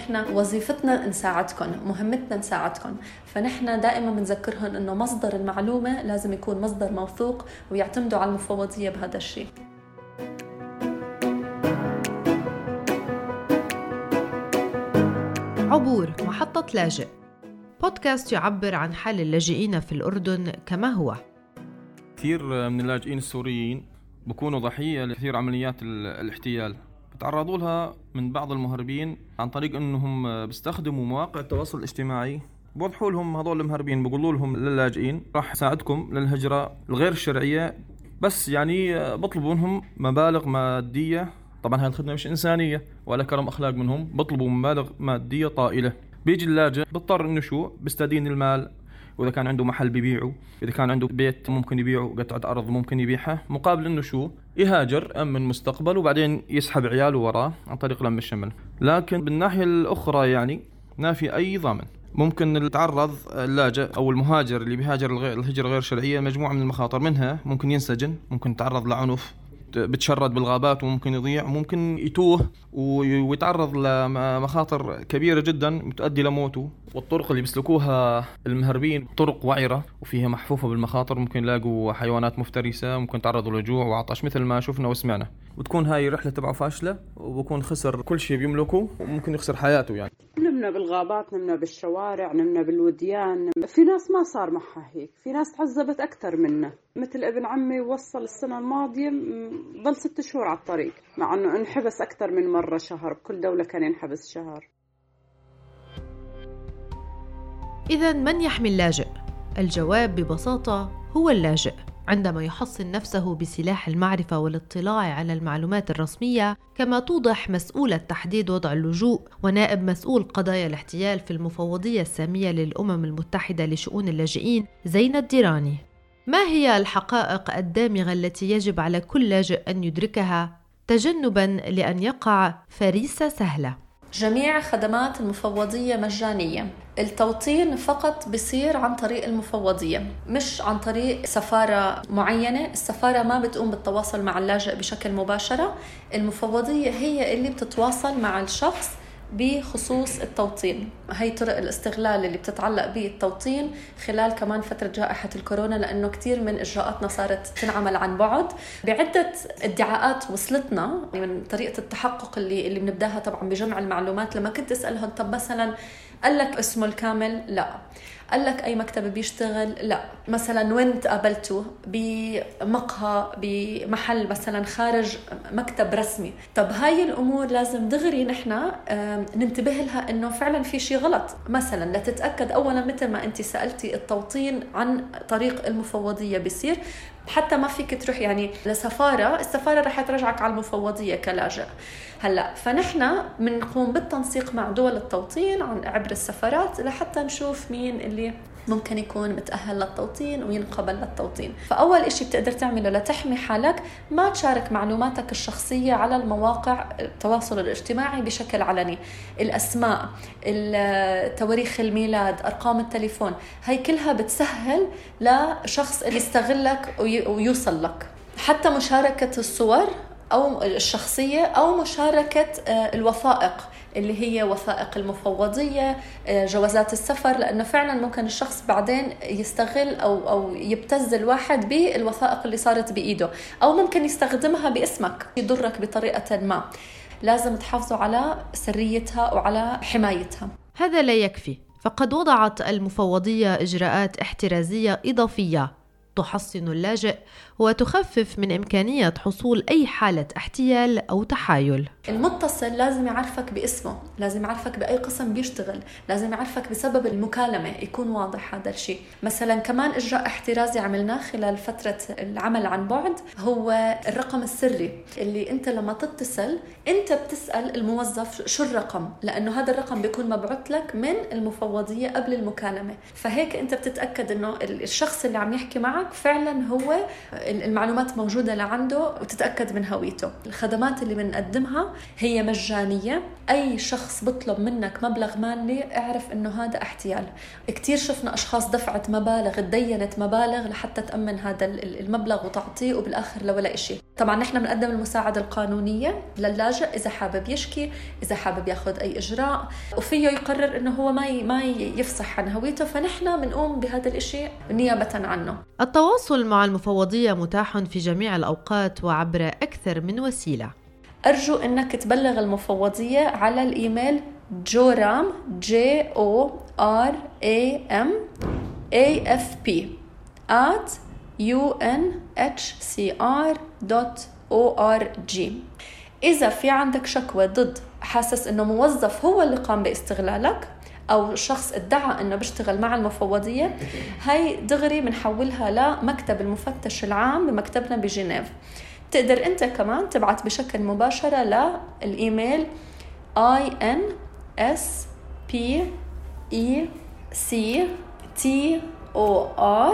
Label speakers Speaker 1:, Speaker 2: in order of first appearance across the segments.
Speaker 1: نحن وظيفتنا نساعدكم، مهمتنا نساعدكم. فنحن دائما بنذكرهم إنه مصدر المعلومة لازم يكون مصدر موثوق ويعتمدوا على المفوضية بهذا الشيء.
Speaker 2: عبور محطة لاجئ، بودكاست يعبر عن حال اللاجئين في الأردن كما هو.
Speaker 3: كثير من اللاجئين السوريين بيكونوا ضحية لكثير عمليات الاحتيال بتعرضوا لها من بعض المهربين عن طريق أنهم بيستخدموا مواقع التواصل الاجتماعي. بوضحوا لهم هذول المهربين، بيقولوا لهم للاجئين راح ساعدكم للهجرة الغير الشرعية، بس يعني بطلبوا منهم مبالغ مادية. طبعا هاي الخدمة مش إنسانية ولا كرم أخلاق منهم، بطلبوا مبالغ مادية طائلة. بيجي اللاجئ بضطر إنه بيستدين المال، وإذا كان عنده محل بيبيعه، إذا كان عنده بيت ممكن يبيعه، قطعة أرض ممكن يبيعها، مقابل إنه يهاجر أمن مستقبل وبعدين يسحب عياله وراه عن طريق لم الشمل. لكن بالناحية الأخرى يعني ما في أي ضامن. ممكن يتعرض اللاجئ أو المهاجر اللي بيهاجر الهجرة غير شرعية مجموعة من المخاطر، منها ممكن ينسجن، ممكن يتعرض لعنف، بتشرد بالغابات وممكن يضيع، وممكن يتوه ويتعرض لمخاطر كبيرة جدا تؤدي لموته. والطرق اللي بيسلكوها المهربين طرق وعرة وفيها محفوفة بالمخاطر، ممكن يلاقوا حيوانات مفترسة، ممكن يتعرضوا لجوع وعطش مثل ما شفنا وسمعنا، وتكون هاي الرحلة تبعه فاشلة وبكون خسر كل شيء بيملكه وممكن يخسر حياته. يعني
Speaker 4: نمنا بالغابات، نمنا بالشوارع، نمنا بالوديان. في ناس ما صار معها هيك، في ناس تعذبت أكثر منا. مثل ابن عمي وصل السنة الماضية ضل 6 شهور على الطريق، مع أنه انحبس أكثر من مرة شهر، بكل دولة كان ينحبس شهر.
Speaker 2: إذن من يحمي اللاجئ؟ الجواب ببساطة هو اللاجئ، عندما يحصن نفسه بسلاح المعرفة والاطلاع على المعلومات الرسمية، كما توضح مسؤولة تحديد وضع اللجوء ونائب مسؤول قضايا الاحتيال في المفوضية السامية للأمم المتحدة لشؤون اللاجئين زينة الديراني. ما هي الحقائق الدامغة التي يجب على كل لاجئ أن يدركها تجنباً لأن يقع فريسة سهلة؟
Speaker 1: جميع خدمات المفوضية مجانية. التوطين فقط بيصير عن طريق المفوضية، مش عن طريق سفارة معينة. السفارة ما بتقوم بالتواصل مع اللاجئ بشكل مباشرة، المفوضية هي اللي بتتواصل مع الشخص بخصوص التوطين. هي طرق الاستغلال اللي بتتعلق بالتوطين خلال كمان فترة جائحة الكورونا، لأنه كتير من إجراءاتنا صارت تنعمل عن بعد. بعدة ادعاءات وصلتنا من طريقة التحقق اللي بنبداها طبعا بجمع المعلومات. لما كنت أسألهم طب مثلا قال لك اسمه الكامل؟ لا. قال لك أي مكتب بيشتغل؟ لا. مثلا وين تقابلته؟ بمقهى، بمحل مثلا خارج مكتب رسمي. طب هاي الأمور لازم دغري نحن ننتبه لها إنه فعلا في شيء غلط. مثلا لتتأكد أولا مثل ما أنت سألتي، التوطين عن طريق المفوضية بيصير، حتى ما فيك تروح يعني لسفارة، السفارة رح ترجعك على المفوضية كلاجئ. هلأ فنحن بنقوم بالتنسيق مع دول التوطين عبر السفارات لحتى نشوف مين اللي ممكن يكون متأهل للتوطين وينقبل للتوطين. فأول إشي بتقدر تعمله لتحمي حالك، ما تشارك معلوماتك الشخصية على المواقع التواصل الاجتماعي بشكل علني. الأسماء، تواريخ الميلاد، أرقام التليفون، هاي كلها بتسهل لشخص اللي يستغلك ويوصل لك. حتى مشاركة الصور أو الشخصية أو مشاركة الوثائق اللي هي وثائق المفوضية، جوازات السفر، لأنه فعلا ممكن الشخص بعدين يستغل أو يبتز الواحد بالوثائق اللي صارت بإيده، أو ممكن يستخدمها باسمك يضرك بطريقة ما. لازم تحافظوا على سريتها وعلى حمايتها.
Speaker 2: هذا لا يكفي، فقد وضعت المفوضية إجراءات احترازية إضافية تحصن اللاجئ وتخفف من إمكانية حصول أي حالة احتيال أو تحايل.
Speaker 1: المتصل لازم يعرفك باسمه، لازم يعرفك بأي قسم بيشتغل، لازم يعرفك بسبب المكالمة، يكون واضح هذا الشيء. مثلا كمان إجراء احترازي عملناه خلال فترة العمل عن بعد، هو الرقم السري اللي أنت لما تتصل أنت بتسأل الموظف شو الرقم، لأنه هذا الرقم بيكون مبعوث لك من المفوضية قبل المكالمة. فهيك أنت بتتأكد أنه الشخص اللي عم يحكي معك معك فعلا هو المعلومات موجودة لعنده وتتأكد من هويته. الخدمات اللي بنقدمها هي مجانية. أي شخص بطلب منك مبلغ مالي اعرف إنه هذا احتيال. كتير شفنا أشخاص دفعت مبالغ، تدينت مبالغ لحتى تأمن هذا المبلغ وتعطيه وبالآخر لولا إشي. طبعا نحن بنقدم المساعدة القانونية للاجئ إذا حابب يشكي، إذا حابب ياخذ أي إجراء وفيه يقرر إنه هو ما يفصح عن هويته، فنحن بنقوم بهذا الإشي نيابة عنه.
Speaker 2: التواصل مع المفوضية متاح في جميع الأوقات وعبر أكثر من وسيلة.
Speaker 1: أرجو أنك تبلغ المفوضية على الإيميل joram joram@unhcr.org. إذا في عندك شكوى ضد حاسس أنه موظف هو اللي قام باستغلالك أو شخص ادعى أنه بيشتغل مع المفوضية، هاي دغري بنحولها لمكتب المفتش العام بمكتبنا بجنيف. تقدر أنت كمان تبعت بشكل مباشر للإيميل inspector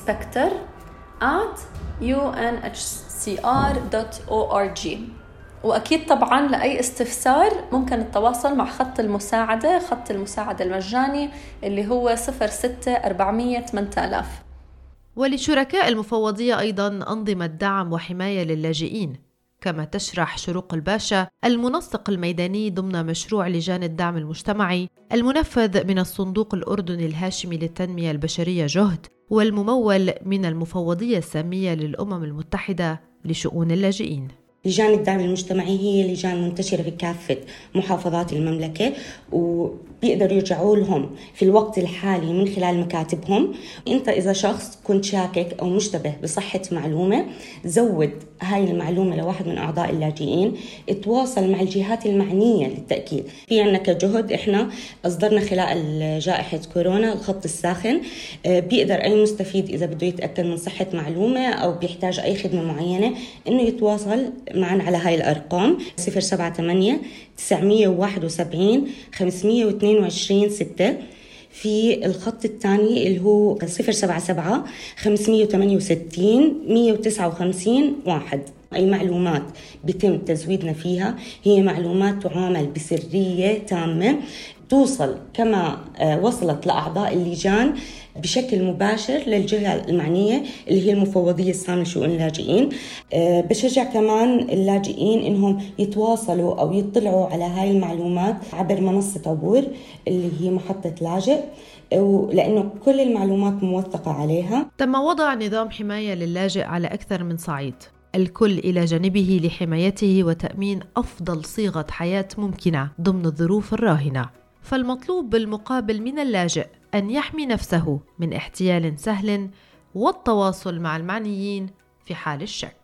Speaker 1: inspector@unhcr.org. وأكيد طبعاً لأي استفسار ممكن التواصل مع خط المساعدة المجاني اللي هو 06-400-8000.
Speaker 2: ولشركاء المفوضية أيضاً أنظمة دعم وحماية للاجئين، كما تشرح شروق الباشا المنسق الميداني ضمن مشروع لجان الدعم المجتمعي المنفذ من الصندوق الأردني الهاشمي للتنمية البشرية جهد، والممول من المفوضية السامية للأمم المتحدة لشؤون اللاجئين.
Speaker 5: لجان الدعم المجتمعي هي لجان منتشرة في كافة محافظات المملكة، وبيقدروا يرجعوا لهم في الوقت الحالي من خلال مكاتبهم. انت اذا شخص كنت شاكك او مشتبه بصحة معلومة، زود هاي المعلومة لواحد من اعضاء اللاجئين، اتواصل مع الجهات المعنية للتأكيد. في عنا كجهد احنا اصدرنا خلال جائحة كورونا الخط الساخن، بيقدر اي مستفيد اذا بده يتأكد من صحة معلومة او بيحتاج اي خدمة معينة انه يتواصل معنا على هاي الارقام 078-971-522-6. في الخط الثاني اللي هو 077-568-159-1. أي معلومات بيتم تزويدنا فيها هي معلومات تعامل بسرية تامة، توصل كما وصلت لأعضاء اللجان بشكل مباشر للجهة المعنية اللي هي المفوضية السامية لشؤون اللاجئين. بشجع كمان اللاجئين إنهم يتواصلوا أو يطلعوا على هاي المعلومات عبر منصة عبور اللي هي محطة لاجئ، لأنه كل المعلومات موثقة عليها.
Speaker 2: تم وضع نظام حماية للاجئ على أكثر من صعيد، الكل إلى جانبه لحمايته وتأمين أفضل صيغة حياة ممكنة ضمن الظروف الراهنة. فالمطلوب بالمقابل من اللاجئ أن يحمي نفسه من احتيال سهل والتواصل مع المعنيين في حال الشك.